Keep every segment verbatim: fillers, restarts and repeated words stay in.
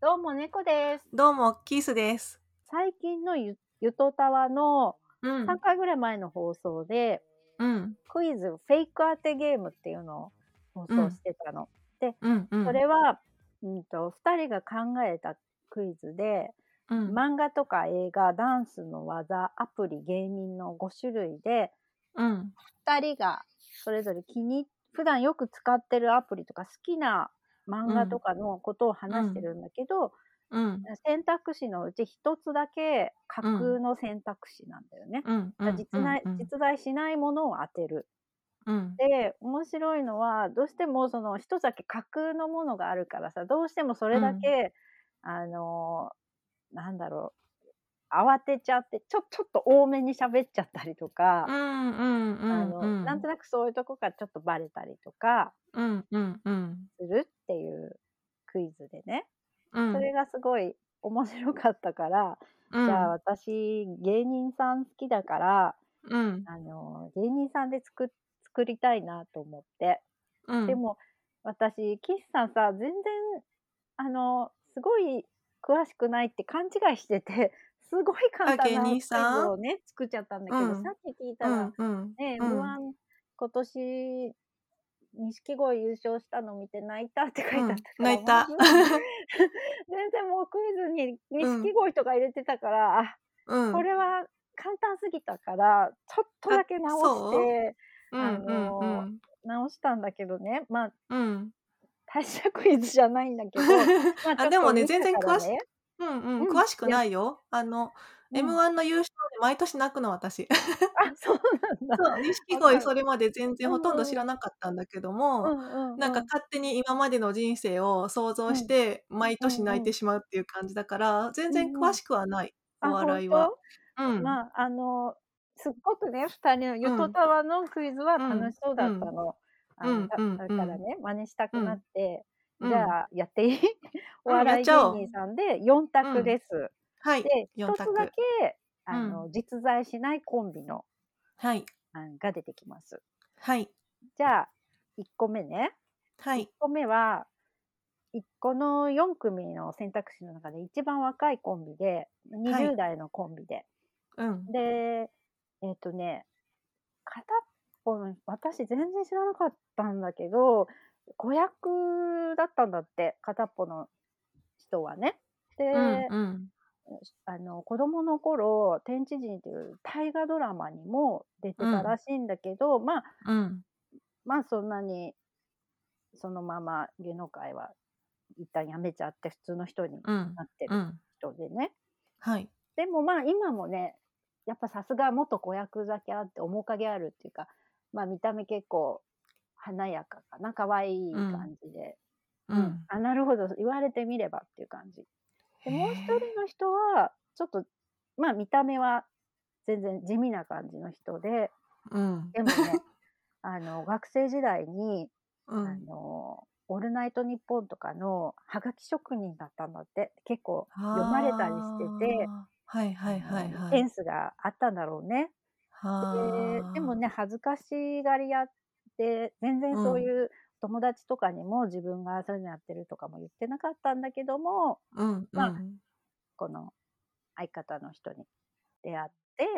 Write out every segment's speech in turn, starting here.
どうも猫です。 どうも、キースです。 最近のゆゆとたわのさんうん。 かいぐらい前の放送で、 うん。 クイズ、フェイク当てゲームっていうのを放送しうん。 てたの。で、 うんうそん。 れは、うんと、ふたりが考えたクイズで、 うん。 漫画とか映画、ダンスの技、アプリ、芸人のご種類で、 うん。 ふたりがそれぞれ気に普段よく使ってるアプリとか好きな漫画とうん。 かのことをうん。 話してるんだけど、 うん。 選択肢のうちひとつだけ架うん。 空の選択肢なんだよね。 うんうだ、 んうん実ないうん。 実在しないものを当てる。 うん。 で、面白いのは、どうしてもそのひとつだけ架空のものがあるからさ、どうしてもそれだうん。 け、あの、なんだろう、慌てちゃって、ちょちょっと多めに喋っちゃったりとか、 うんうんうんうあの、なんとん。 なくそういうとこがちょっとバレたりとかうんうんうん。 するっていうクイズでね。 うん。 それがすごい面白かったから、じゃあうん。 私、芸人さん好きだから、 うん。 あの、芸人さんでつく作りたいなと思って。 うん。 でも、私、岸さんさ、全然、あの、すごい詳しくないって勘違いしてて、すごい簡あ、 単な芸人クイズさん？ をね、作っちゃったんだけど、さうん。 っき聞いたら、 うんうんね、 うん。 エムワン 今年錦鯉優勝したの見て泣いたって書いてあっうん、 たから、もう泣いた。 すごい全然もうクイズにうん。 錦鯉とか入れてたから、あ、 うん。 これは簡単すぎたから、ちょっとだあ、 け直しそう？ て、あうんうんうの、 ん。 直したんだけどね、まあ、 うん。 大したクイズじゃないんだけど、まあ、 あ、 ちょっでもね、 と見た全然詳しからね、 うんうん、 うん、 詳しくやないよ。あの、 うん。 エムワン の優勝で毎年泣くの、私。 あ、そうなんだ。 そう、錦鯉わかる。 それまで全然うほとんどんうん。 知らなかったんだけどうも、 んうんうん。 なんか勝手に今までの人生を想像うん。 して、毎年泣いうんうん。 てしまうっていう感じだから、全うんうん。 然詳しくはない、おあ、ほん笑いは。 と？ うん。 まあ、あの、すっごくね、ふたりのゆとうん。 たわのクイズはうん。 楽しそうだうん。 ったの。あの、 うんうだんうん。 だからね、真似したくなっうん。 て、じうん。 ゃあやっていい？おうん、やっ笑い芸ちゃおう。 人さんでよん択うん。 です。 はい、 で、 4 ひとつだ択。 け、 うん。 あの、実在しないコンビのはい。 案が出てきます。 はい。 じゃあ、いっこめね。1 はい。 個目は、いこのよん組の選択肢の中で一番若いコンビで、 はい。 にじゅう代のコンビで。 うん。 で、えっとね、片っぽの私全然知らなかったんだけど、子役だったんだって、片っぽの人はね。 うんで、 うん。 あの、子供の頃、天地人っていう大河ドラマにも出てたらうん。 しいんだけど、まあ、 うん。 まあ、そんなにそのまま芸能界は一旦辞めちゃって普通の人にうん。 なってるうん。 人でね。 はい。 でも、まあ、今もね、やっぱさすが元子役だけあって面影あるっていうか、まあ、見た目結構華やかかな、可愛いうん。 感じで、うん、 うん。 あ、なるほど、言われてみればっていう感じ。で、 へもう一え。 人の人は、ちょっと、まあ、見た目は全然地味な感じの人で、 うん。 でもね、あの、学生時代に、あうん。 の、オールナイトニッポンとかのはがき職人だったんだって。結構読まれたりしてて、 ああ。はいはいはいあの、 はい。 センスがあったんだろうね。で、でもはあ。 ね、恥ずかしがり屋で、全然うん。 そういう友達とかにも自分がそういうのやってるとかも言ってなかったんだけども、 うんうまあ、 ん。 この相方の人に出会って、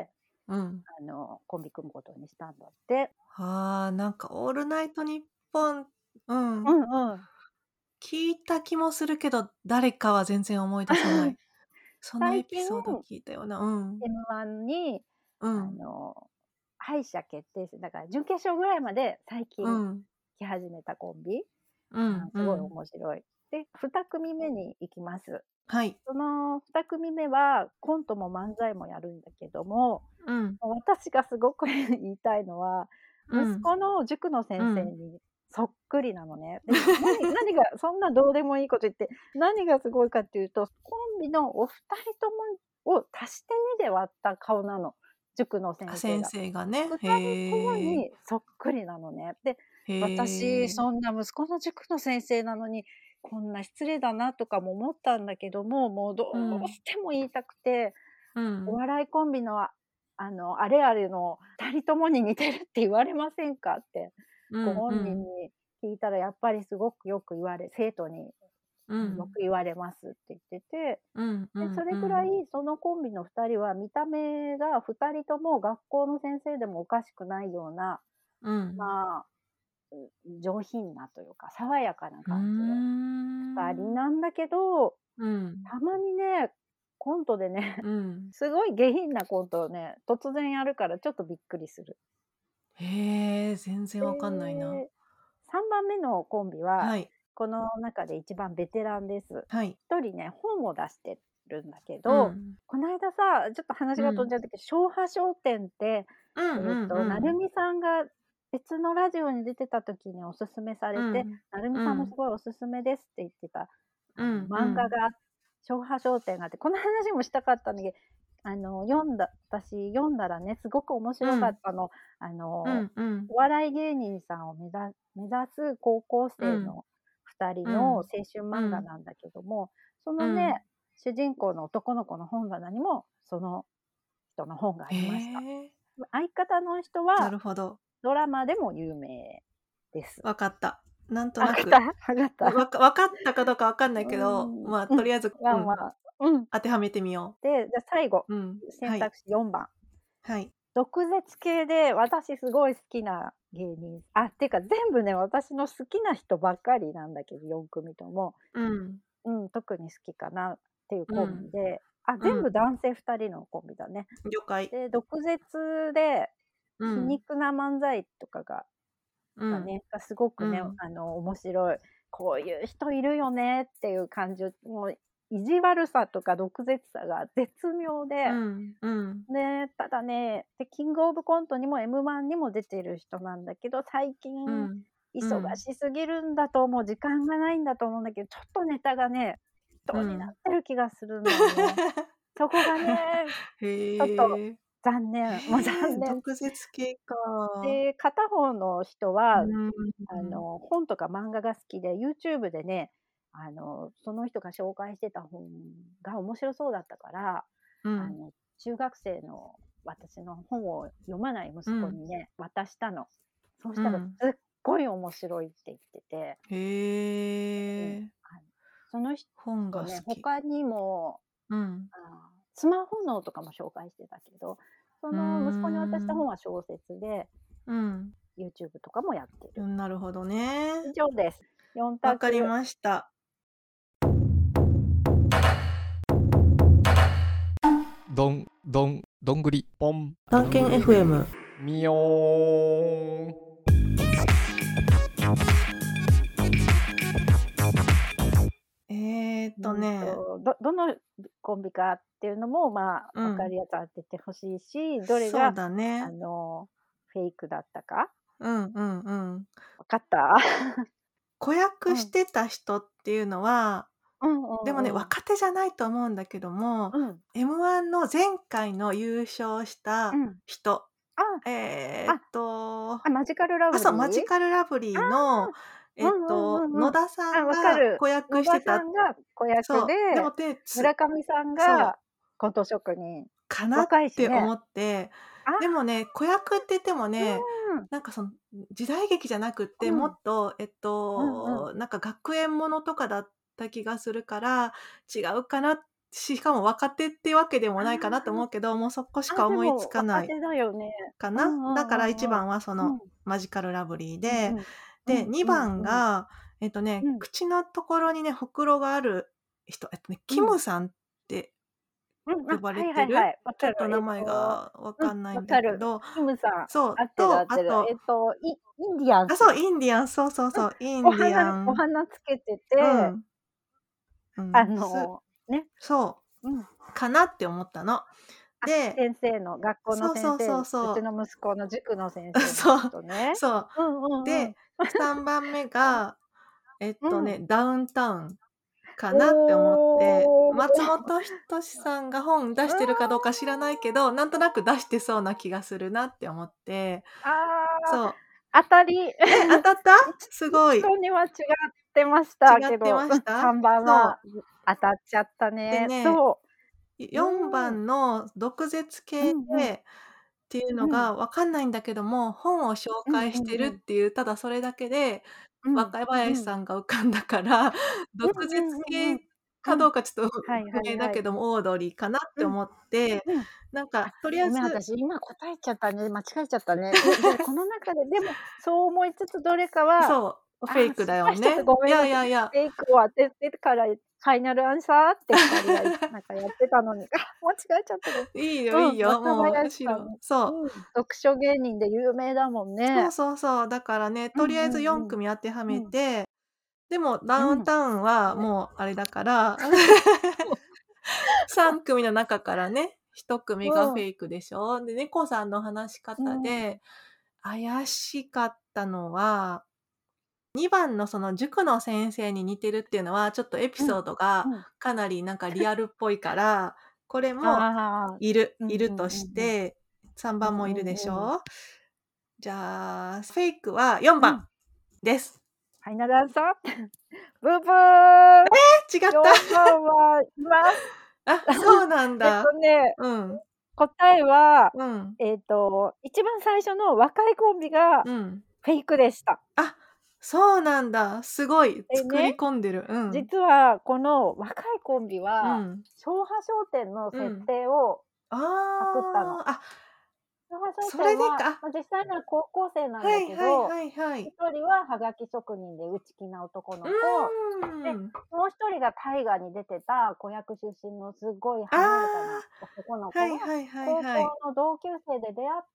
うん。 あの、コンビ組むことにしたんだって。 はあ、なんかオールナイトニッポンうん、 うんうん。 聞いた気もするけど、誰かは全然思い出せない。そのエピ最近ソード聞いたような。うん。 エムワン に、あうん。 の、敗者決定戦、だから準決勝ぐらいまで最近うん。 来始めたコンビ。 うあ、すごいんうん。 面白い。で、に組目に行きます。 はい。 そのに組目は、コントも漫才もやるんだけども、 うん。 私がすごく言いたいのは、息うん。 子の塾の先生うん。 にそっくりなのね。で、何何がそんなどうでもいいこと言って、何がすごいかっていうと、コンビのお二人ともを足してにで割った顔なの、塾のあ、先先生が。 生がね。 ふたりともへえ。 にそっくりなのね。で、 へ私、 え。 そんな息子の塾の先生なのに、こんな失礼だなとかも思ったんだけども、もうどうん。 うしても言いたくて、おうん。 笑いコンビの、ああの、あれあれのふたりともに似てるって言われませんかって、 うんうご本人ん。 に聞いたらやっぱりすごくよく言われ生徒にうん、ようん。 く言われますって言ってて、 うんうで、そんうん。 れぐらいそのコンビのふたりは見た目がふたりとも学校の先生でもおかしくないような、 うん。 まあ、う上品なというか、爽やかなうー感じのふたりん。 なんだけど、 うん。 たまにね、コントでね、 うん。 すごい下品なコントをね、突然やるからちょっとびっくりする。 へえ、全然わかんないな。 で、さんばんめのコンビは、 はい。 この中で一番ベテランです。 はい。 ひとりね、本を出してるんだけど、 うん。 こないださ、ちょっと話が飛んうん。 じゃったけど、笑波商店って、 うんうえっと、 んうん。 成美さんが別のラジオに出てた時にお勧めされて、 うん。 成美さんもすうん。 ごいお勧めですって言ってた、 うあの、 んうん。 漫画が笑波商店があって、この話もしたかったんだけど、あの、読んだ私読んだらね、すごく面白かうん。 ったの。あうの、 んうん。 お笑い芸人さんを目ざ目指す高校うん。 生のふたりの青うん。 春漫画うん。 なんだけども、そのね、 うん。 主人公の男の子の本棚にも、その人の本があへりました。 え。 相方の人はなるほど。 ドラマでも有名です。 わかった。なんとあ、かった？ なく、 わかった？ わかわかったかどうかわかんないうけど、 ーん、 まあ、 うん、 とりあえず、うん、 まあまあ、うん。 当てはめてみよで、じゃ、最後、 う。うん、はい。 選択肢よんばん。 はい。 毒舌系で私すごい好きな芸人あ、っていうか全部ね、私の好きな人ばっかりなんだけど、よん組とも。 うん。 うん、特に好きかなっていうコンうん。 ビで、あ、 うん。 全部男性ふたりのコンビだね。 了解。 で、毒舌で皮うん。 肉な漫才とかがうん。 がね、がすごくね、 うん。 あの、面白い、こういう人いるよねっていう感じを、もう意地悪さとか毒舌さが絶妙で、 うん。うん。 で、ただね、で、キングオブコントにも エムワン にも出てる人なんだけど、最近うん。う忙ん。 しすぎるんだと思う、時間がないんだと思うんだけど、ちょっとネタがね、人になっうん。 てる気がするんだよね。そこがね、ちょっとへえ。 残念、もうへえ、 残念。 毒舌系か。 で、片方の人うは、 ーん。 あの、本とか漫画が好きで、YouTube でね、あの、その人が紹介してた本が面白そうだったから、 うん。 あの、中学生の私の本を読まない息うん。 子にね、渡したの。そうしたらすうん。 っごい面白いって言ってて、うん、 へえ。 あの、その本が人ね、 好き。 他にも、 うん。 あスマホ脳とかも紹介してたけど、そうーの息子に渡したん。 本は小説で、 うん。 YouTube とかもやってる。 うん、なるほどね。 以上です。よんわかり択。 ました。 どん、どん、どんぐり、ぽん。 探検 エフエム。 みよーん。 えーっうんとね、 と、どどのコンビかっていうのも、まあ、分かうん。 るやつ当ててほしいし、どれそうが、 だね。 あの、フェイクだったかうんうんうん。 分かった？ 子うん。 役してた人っていうのは、 うんうでもね、 んうん。 若手じゃないと思うんだけども、 うん。 エムワン の前回の優勝したうん。 人、 あ、 えーっあ、 と、 あ、マジカルラあ、そう、 ブリー？ マジカルラブあリーの、 あ、うえっんうと、 んうんうん。 野田さあ、 ん分かる。 が子役野田してた。 さんが子役そう、でもで、 で、つ村上さんがそう、 コント職人。 かなっ若いしね。 て思って、 ああ、 でもね、子役って言ってもね、 うん。 なんかその、時代劇じゃなくって、もうん。 っと、えっうんうん。 と、なんか学園ものとかだった気がするから、違うかな、しかも若手ってわけでもないかなと思うけど、もうそこしああ、でか思いつも若かない手だよね。 かな。 うんうだから1 んうんうん。 番はそのうん。 マジカルラブリーで、 うんうん。うで、 んう 2番んうん。 が、えっとね、 うん。 口のところにね、ほくろがある人、えっとね、キうん。 ムさんってうん、あ、 呼ばはれてる？ いはいはい。分かる。 ちょっと名えっ前と、 がわうん、 かんないんだ分かる。 けど、 キムさん、 そう、 合ってる合と、 ってる。えあと、 っと、イインディアンあ、 ス。 そう、インディアンス、そうそううん。 そう、インディお花おアン、 花つけてうて、 ん、うあん、すの、ね、 そうん。 う、かなって思ったの。 あ、 で、 先生の学校のそうそうそ先生、 うそうちの息子の塾の先う、 生のそう、 人ね。 そう。 うんうんうん。 で、さんばんめあ、 が、えっうん。 とね、ダウンタウンかなって思って、 おお。 松本人志さんが本出うーしてるかどうか知らないけん。 ど、なんとなく出してそうな気がするなって思って、 ああ、 そう。 当たり。 え、当たった？ いちすごい。 一緒には違ってまし違たけど、 ってまうん、 したさんばんは、 そう当たっちゃったう。でね。 ね、 そう。うよんばーん。 んの毒舌う系んうん。 でっていううん。 のが分かんないんだけども、本を紹うん介してるっうんうん。 ていう、ただそれだけで、 うん、 若う林ん。 さんが浮かんだから、 うん毒舌うんうんうん。 系かうん。 どうかちょっとはい不明だはいはい。 けども、オードリーかなってうん。 思って、 うん。 なんかあ、 とりあえずごめん、私今答えちゃったね。間違えちゃったね。え、じゃあこの中で、でも、そう思いつつどれかは、 そう、フェイあ、 クだ失敗しちゃった、 よね。いやごめんなさい。 いやいや。 フェイクを当ててから、ファイナルアンサーってふたりが、いなんかやってたのに、あ、間違えちゃったごいいようん、 いいよ、 若もうむ林さん、 しろそう。 うん、読書芸人で有名だもんそうね。 そうそう、だからね、 うんとりあえずよんうん組当てはめうん。うん。 て、でもダウンうん。 タウンはね。 もうあれだから、さん組の中からね、ひと組がフうん。 ェイクでしょ。で、猫さんの話しう方で、 ーん。 怪しかったのは、にばんのその塾の先生に似てるっていうのは、ちょっとエピうん。 ソードがうん。 かなりなんかリアルっぽいから、これあもあ、 いるうんうんういるとしんうん。 て、さんうんばんもいるでしうんうん。 ょ。じゃあ、フェイクはよんばんうん。 です。 ファイナルアンサー？ブブー。 え！違った。 よんばんはいます。 あ、そうなんえっとだ。 ね、 うん。 答えは、 うん。 えっと、一番最初の若いコンビがうん。 フェイクでした。 あ、そうなんだ。すごいでね、 作り込んでる。うん。 実はこの若いコンビは、 うん。 昭和商店の設うん。 定をあパクったの。 あ、あ、 昭和商それ店は、 でか。 ま、実際には高校生なんはだいはいけど、 はいはい。 ひとりははがき職人で内気な男うの子、で、 ーん。 もうひとりが大河に出てた子役出身のすごいあ華やかなあ。 男の子が、 はいはいはい高校はい。 の同級生で出会って、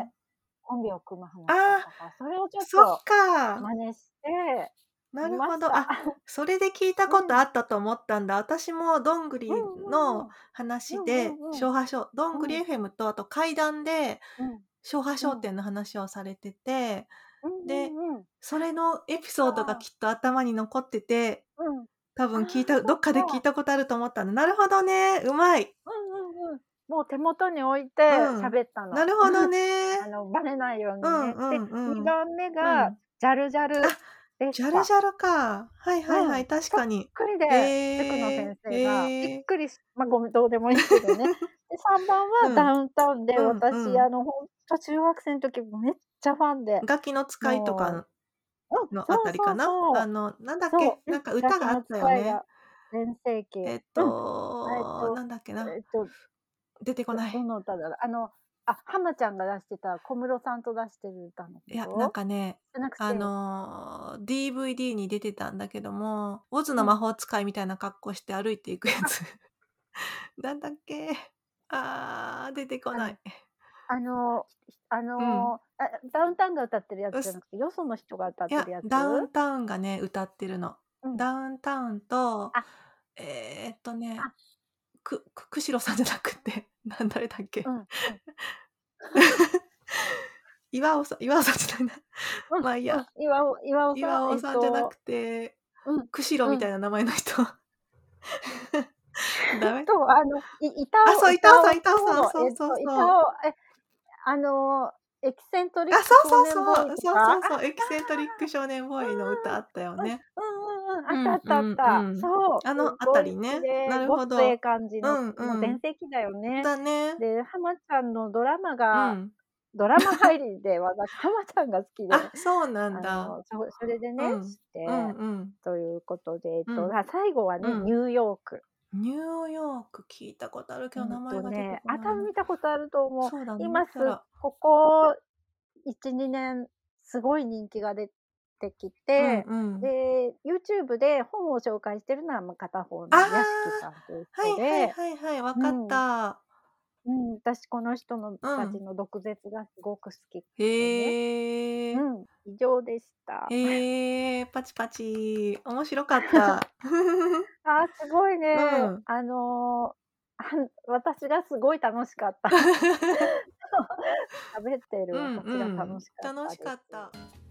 うん。 コンビを組む話だっああ、 たから、それをちょっそっとか。 真似してなるほど。 みました。 あ、それで聞いたうん。 ことあったと思ったんだ。私もどんぐうりのんうんうん。うんう話で、 んうん。 昭和しょどんぐりうん。 エフエム とあと怪談で、 うん。 昭和うん。 商店の話をされてて、 うんで、 うんうん。 それのエピソードがああ。 きっと頭に残ってて、 うん。 多ああ、 分聞いたどそっっかで聞いか。 たことあると思ったんだ。なるほどね、うまい。 うんうんうん。もう手元に置いてうん。 喋ったの。 なるほどね。 あの、バレないよううんにね。で、 うんうん。 にばんめがうん。 ジャルジャあ、 ルでした。 ジャルジャルか。はいはいうん、 はい、確そっかに。 くりで、塾のへえ、 先生がびっへえ。 くりしま、ごめん、どうでもいいけどね。で、さんばんはうん。 ダウンタウンで、 うんう私、 ん。 あの、ほんと中学生ん時めっちゃファンで、 ガキの使いともかううん、 のあたそうそうりかな？ そう。 あの、なんだっけ、 そう、うん、 なんか歌があっガキのたよね。 使いが全盛期。 えっうん。えっと、 となんだっけな。 えっと、どど出てこない。 の歌だろう。あの、あ、浜ちゃんが出してた小室さんと出してる歌のこいや、なんと？ かね、あじゃなくての、ディーブイディー に出てたんだけども、オズのうん。 魔法使いみたいな格好して歩いていくやあ。 つ。なんだっけ。ああ、出てこあのない。 あのあうん。 の、あ、ダウンタウンが歌ってるやつうすじゃなくて、よその人が歌っいや、 てるやつ？ ダウンタウンがね、歌ってるの。 うん。 ダウンタウンと、 あ。 えっとね、 あ。 くく久代さんじゃなくて、なん誰だっけ。 うんうん。 岩尾さ岩尾さんじゃないな。 うんまあいいや。 うん、岩尾岩尾さん、えっ岩尾さんじゃなとくて、 うん久代みたいうん。 な名前の人。ダメ？ と、あの、い板あ、そう、板尾さ尾板尾ん板尾さん、 と、 そうえっと、板そうそう。 尾え、あの、エキセントリッあ、 クそう少年ボそうそう、 ーイとか？あ、あそうそうそう、エキセントリック少年ボーイの歌あったよあ、うん。 ね。 うんうんうん、あったあうんったあっうんた。 うん。 そう、 あのあすごい好たりね。 きで、 なるごっつええほど。 感じの、 うんもううん。 全盛期だよね。 だね。 で、浜ちゃんのドラマがうん。 ドラマ入りで、私浜ちゃんが好きで、 あ、そうなんだ。 あの、そそれでね、 うん。 知って、 うんうん。 ということで、えっと、 うん。 あ、最後はね、ニうん。 ューヨーク。 ニューヨーク聞いたことあるけど、 うん名前が出てとね、あ、多こないな。 分見たことあると思う。 そうだね、 今す見たらここいちにねんすごい人気が出てきうんて、 うん。 で、YouTube で本を紹介してるのは、ま、片方ああ、 の屋敷さんというはいはい人で、 はいはい、分かっうん。 た。 うん、私この人のたちうん。 の毒舌がすごく好きでね。 へえ。 うん、以上でした。 へえ、パチパチ。面白かった。 あ、すごいね。 うん。 あの、はん私がすごい楽しかった。そう、喋ってるうん私がうん、 楽しかっ楽したです。 かった。